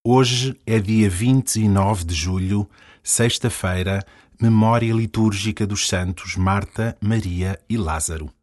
Hoje é dia 29 de julho, sexta-feira, memória litúrgica dos santos Marta, Maria e Lázaro.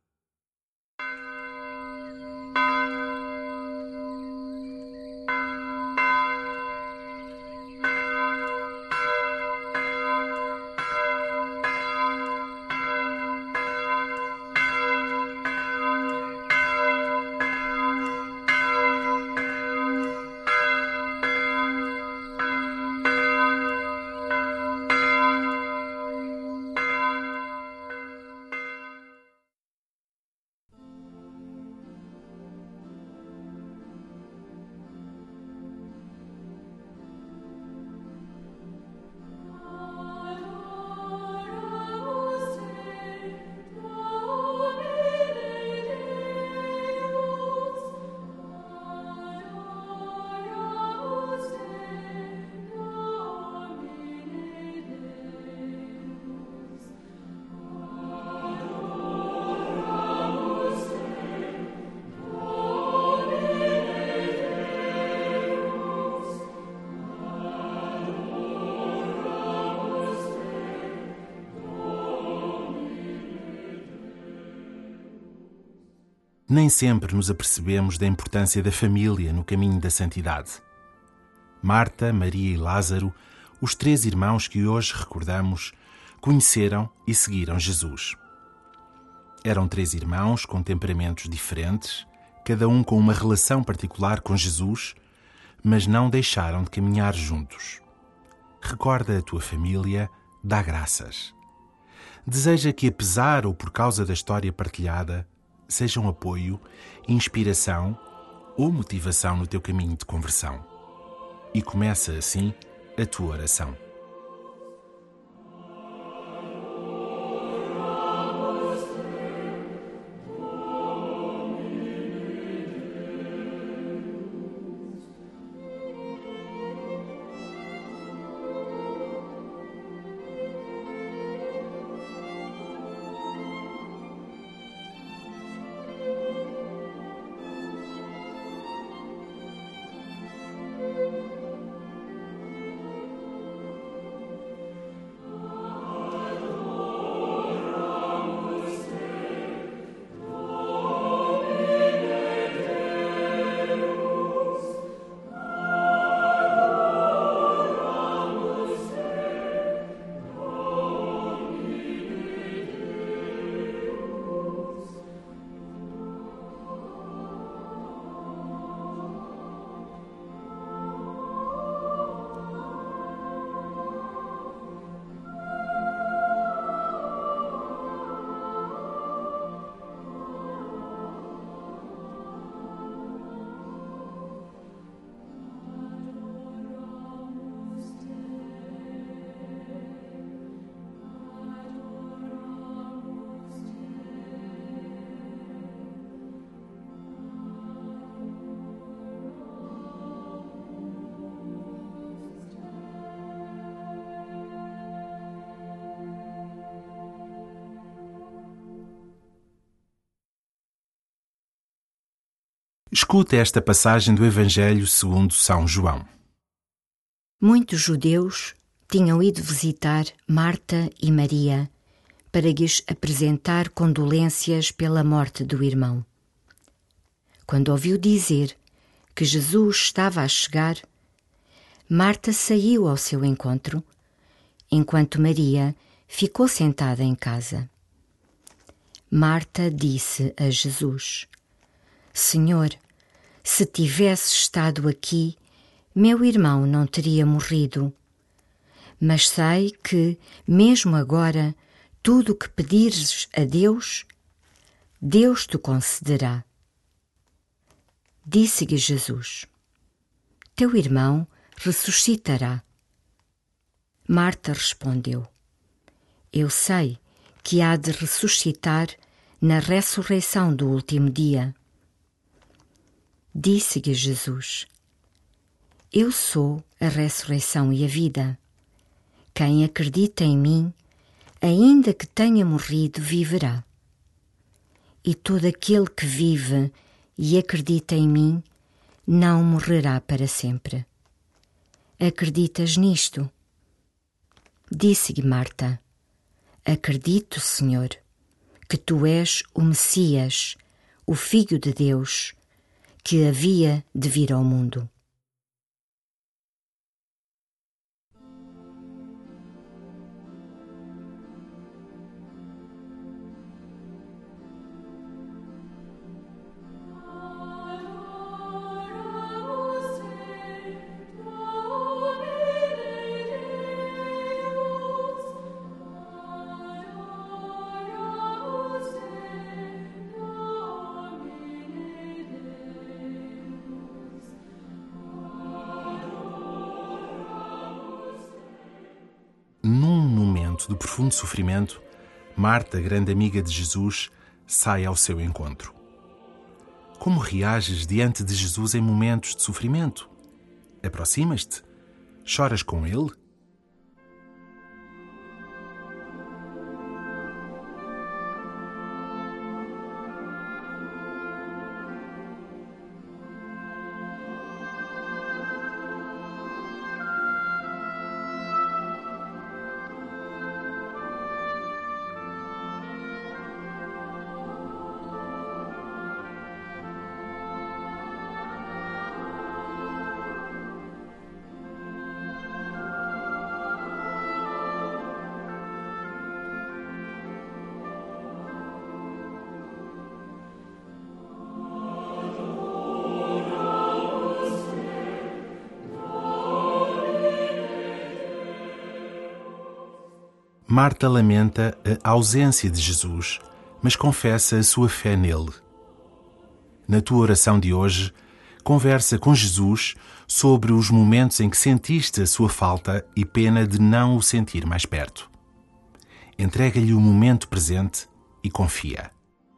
Nem sempre nos apercebemos da importância da família no caminho da santidade. Marta, Maria e Lázaro, os três irmãos que hoje recordamos, conheceram e seguiram Jesus. Eram três irmãos com temperamentos diferentes, cada um com uma relação particular com Jesus, mas não deixaram de caminhar juntos. Recorda a tua família, dá graças. Deseja que, apesar ou por causa da história partilhada, seja um apoio, inspiração ou motivação no teu caminho de conversão. E começa assim a tua oração. Escuta esta passagem do Evangelho segundo São João. Muitos judeus tinham ido visitar Marta e Maria para lhes apresentar condolências pela morte do irmão. Quando ouviu dizer que Jesus estava a chegar, Marta saiu ao seu encontro, enquanto Maria ficou sentada em casa. Marta disse a Jesus: Senhor, se tivesse estado aqui, meu irmão não teria morrido. Mas sei que, mesmo agora, tudo o que pedires a Deus, Deus te concederá. Disse-lhe Jesus: Teu irmão ressuscitará. Marta respondeu: Eu sei que há de ressuscitar na ressurreição do último dia. Disse-lhe Jesus: Eu sou a ressurreição e a vida. Quem acredita em mim, ainda que tenha morrido, viverá. E todo aquele que vive e acredita em mim, não morrerá para sempre. Acreditas nisto? Disse-lhe Marta: Acredito, Senhor, que tu és o Messias, o Filho de Deus, que havia de vir ao mundo. Num momento de profundo sofrimento, Marta, grande amiga de Jesus, sai ao seu encontro. Como reages diante de Jesus em momentos de sofrimento? Aproximas-te? Choras com ele? Marta lamenta a ausência de Jesus, mas confessa a sua fé nele. Na tua oração de hoje, conversa com Jesus sobre os momentos em que sentiste a sua falta e pena de não o sentir mais perto. Entrega-lhe o momento presente e confia.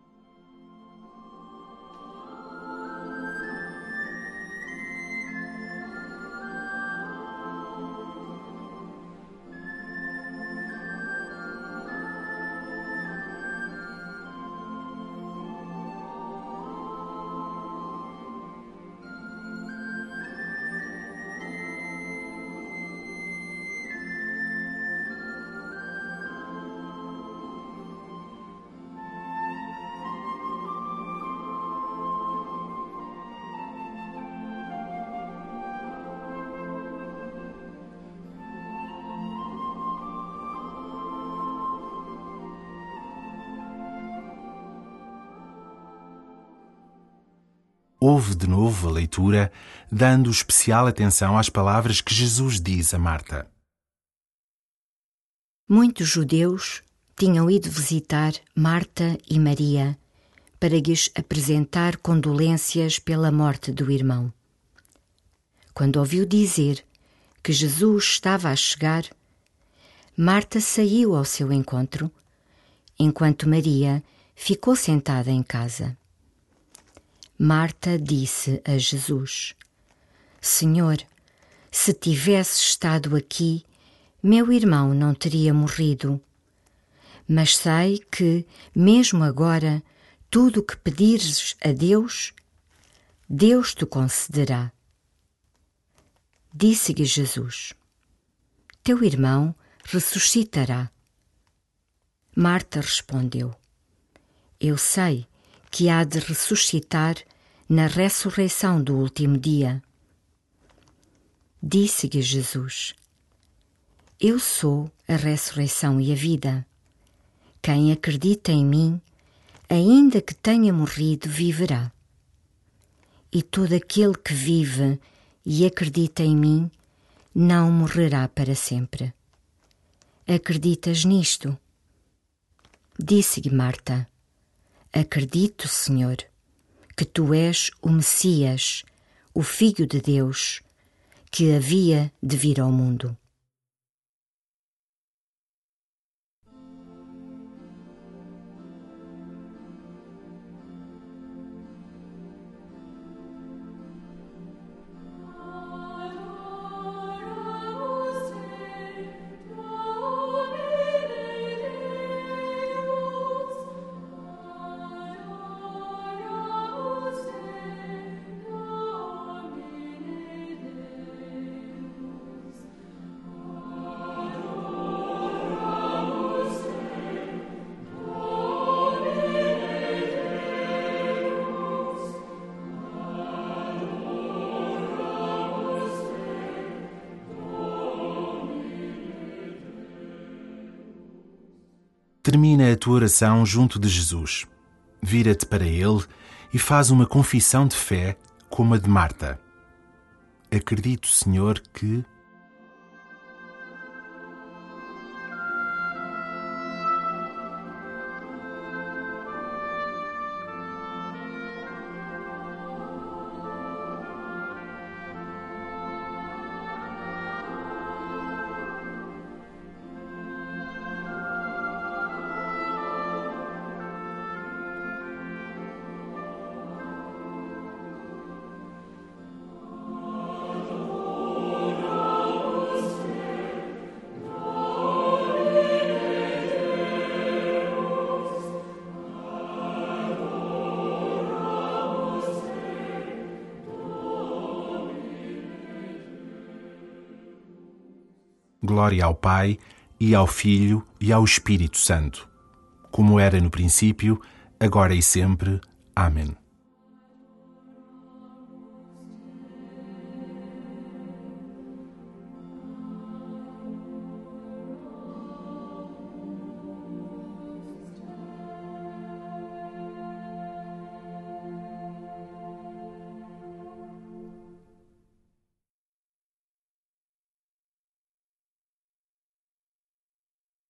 Ouve de novo a leitura, dando especial atenção às palavras que Jesus diz a Marta. Muitos judeus tinham ido visitar Marta e Maria para lhes apresentar condolências pela morte do irmão. Quando ouviu dizer que Jesus estava a chegar, Marta saiu ao seu encontro, enquanto Maria ficou sentada em casa. Marta disse a Jesus: Senhor, se tivesse estado aqui, meu irmão não teria morrido. Mas sei que, mesmo agora, tudo o que pedires a Deus, Deus te concederá. Disse-lhe Jesus: Teu irmão ressuscitará. Marta respondeu: Eu sei que há de ressuscitar na ressurreição do último dia. Disse-lhe Jesus: Eu sou a ressurreição e a vida. Quem acredita em mim, ainda que tenha morrido, viverá. E todo aquele que vive e acredita em mim, não morrerá para sempre. Acreditas nisto? Disse-lhe Marta: Acredito, Senhor, que tu és o Messias, o Filho de Deus, que havia de vir ao mundo. termina a tua oração junto de Jesus. Vira-te para Ele e faz uma confissão de fé como a de Marta. Acredito, Senhor, que... Glória ao Pai, e ao Filho, e ao Espírito Santo, como era no princípio, agora e sempre. Amém.